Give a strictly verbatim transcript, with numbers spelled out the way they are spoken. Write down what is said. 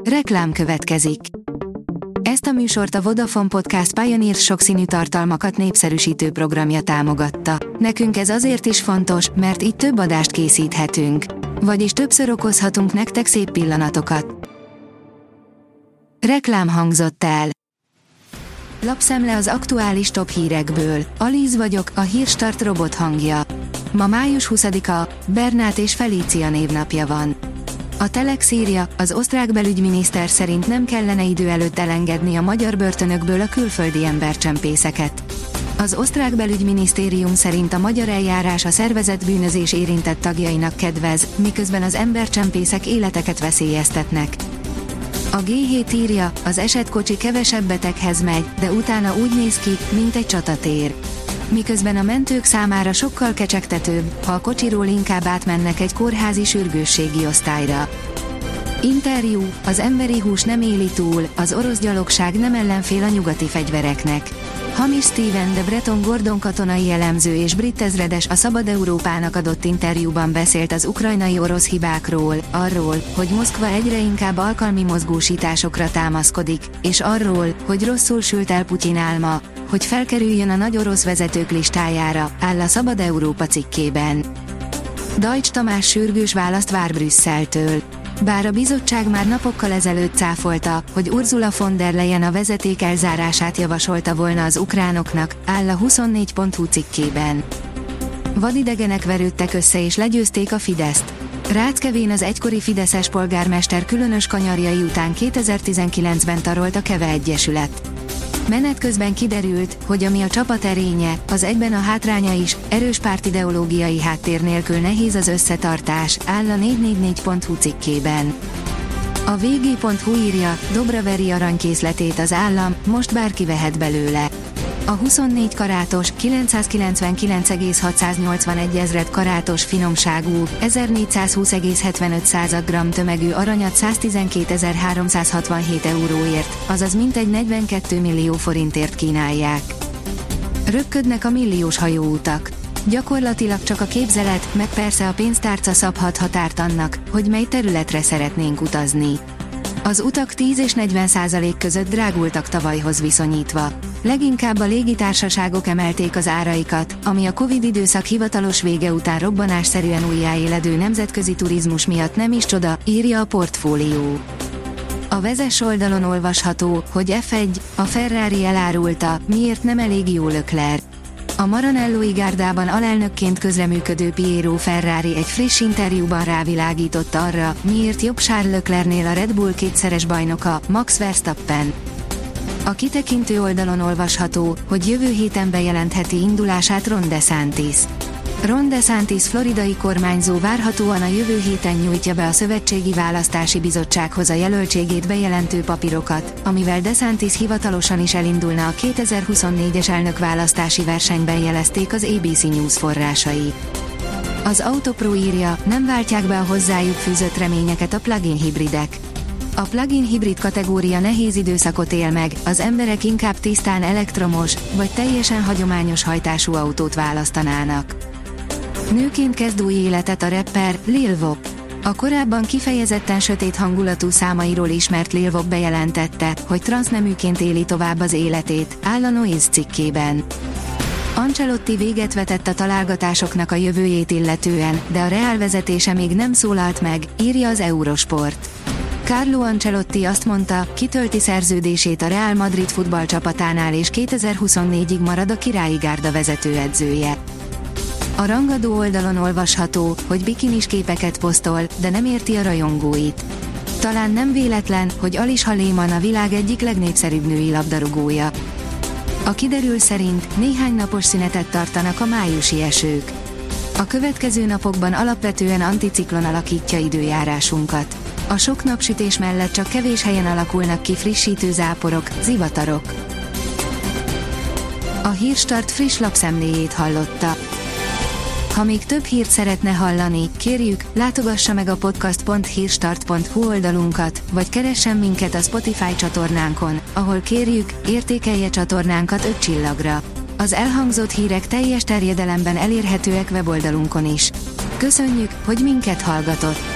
Reklám következik. Ezt a műsort a Vodafone Podcast Pioneer sokszínű tartalmakat népszerűsítő programja támogatta. Nekünk ez azért is fontos, mert így több adást készíthetünk. Vagyis többször okozhatunk nektek szép pillanatokat. Reklám hangzott el. Lapszemle az aktuális top hírekből. Alíz vagyok, a Hírstart robot hangja. Ma május huszadika, Bernát és Felícia névnapja van. A Telex írja, az osztrák belügyminiszter szerint nem kellene idő előtt elengedni a magyar börtönökből a külföldi embercsempészeket. Az osztrák belügyminisztérium szerint a magyar eljárás a szervezett bűnözés érintett tagjainak kedvez, miközben az embercsempészek életeket veszélyeztetnek. A gé hét írja, az esetkocsi kevesebb beteghez megy, de utána úgy néz ki, mint egy csatatér. Miközben a mentők számára sokkal kecsegtetőbb, ha a kocsiról inkább átmennek egy kórházi sürgősségi osztályra. Interjú, az emberi hús nem éli túl, az orosz gyalogság nem ellenfél a nyugati fegyvereknek. Hamis Steven de Breton Gordon katonai elemző és brit ezredes a Szabad Európának adott interjúban beszélt az ukrajnai orosz hibákról, arról, hogy Moszkva egyre inkább alkalmi mozgósításokra támaszkodik, és arról, hogy rosszul sült el Putyin álma, hogy felkerüljön a nagy orosz vezetők listájára, áll a Szabad Európa cikkében. Deutsch Tamás sürgős választ vár Brüsszeltől. Bár a bizottság már napokkal ezelőtt cáfolta, hogy Ursula von der Leyen a vezeték elzárását javasolta volna az ukránoknak, áll a huszonnégy pont hu cikkében. Vadidegenek verődtek össze és legyőzték a Fideszt. Ráckevén az egykori fideszes polgármester különös kanyarjai után kétezer-tizenkilencben tarolt a Keve Egyesület. Menet közben kiderült, hogy ami a csapat erénye, az egyben a hátránya is, erős pártideológiai háttér nélkül nehéz az összetartás, áll a négyszáznegyvennégy pont hu cikkében. A vg pont hu írja, Dobra veri aranykészletét az állam, most bárki vehet belőle. A huszonnégy karátos, kilencszázkilencvenkilenc egész hatszáznyolcvanegy ezred karátos finomságú, ezernégyszázhúsz egész hetvenöt gramm tömegű aranyat száztizenkétezer-háromszázhatvanhét euróért, azaz mintegy negyvenkét millió forintért kínálják. Röpködnek a milliós hajóutak. Gyakorlatilag csak a képzelet, meg persze a pénztárca szabhat határt annak, hogy mely területre szeretnénk utazni. Az utak tíz és negyven százalék között drágultak tavalyhoz viszonyítva. Leginkább a légitársaságok emelték az áraikat, ami a Covid időszak hivatalos vége után robbanásszerűen újjáéledő nemzetközi turizmus miatt nem is csoda, írja a Portfólió. A Vezess oldalon olvasható, hogy ef egy, a Ferrari elárulta, miért nem elég jó Leclerc. A Maranellói gárdában alelnökként közreműködő Piero Ferrari egy friss interjúban rávilágított arra, miért jobb Charles Leclercnél a Red Bull kétszeres bajnoka, Max Verstappen. A kitekintő oldalon olvasható, hogy jövő héten bejelentheti indulását Ron DeSantis. Ron DeSantis floridai kormányzó várhatóan a jövő héten nyújtja be a Szövetségi Választási Bizottsághoz a jelöltségét bejelentő papírokat, amivel DeSantis hivatalosan is elindulna a kétezer-huszonnégyes elnökválasztási versenyben, jelezték az á bé cé News forrásai. Az Autopro írja, nem váltják be a hozzájuk fűzött reményeket a plug-in hibridek. A plug-in hibrid kategória nehéz időszakot él meg, az emberek inkább tisztán elektromos, vagy teljesen hagyományos hajtású autót választanának. Nőként kezd új életet a rapper, Lil Wop. A korábban kifejezetten sötét hangulatú számairól ismert Lil Wop bejelentette, hogy transzneműként éli tovább az életét, áll a Noise cikkében. Ancelotti véget vetett a találgatásoknak a jövőjét illetően, de a Real vezetése még nem szólalt meg, írja az Eurosport. Carlo Ancelotti azt mondta, kitölti szerződését a Real Madrid futballcsapatánál és kétezer-huszonnégyig marad a királyi gárda vezetőedzője. A rangadó oldalon olvasható, hogy bikinis képeket posztol, de nem érti a rajongóit. Talán nem véletlen, hogy Alisha Lehmann a világ egyik legnépszerűbb női labdarúgója. A kiderül szerint néhány napos szünetet tartanak a májusi esők. A következő napokban alapvetően anticiklon alakítja időjárásunkat. A sok napsütés mellett csak kevés helyen alakulnak ki frissítő záporok, zivatarok. A Hírstart friss lapszemléjét hallotta. Ha még több hírt szeretne hallani, kérjük, látogassa meg a podcast pont hírstart pont hu oldalunkat, vagy keressen minket a Spotify csatornánkon, ahol kérjük, értékelje csatornánkat öt csillagra. Az elhangzott hírek teljes terjedelemben elérhetőek weboldalunkon is. Köszönjük, hogy minket hallgatott!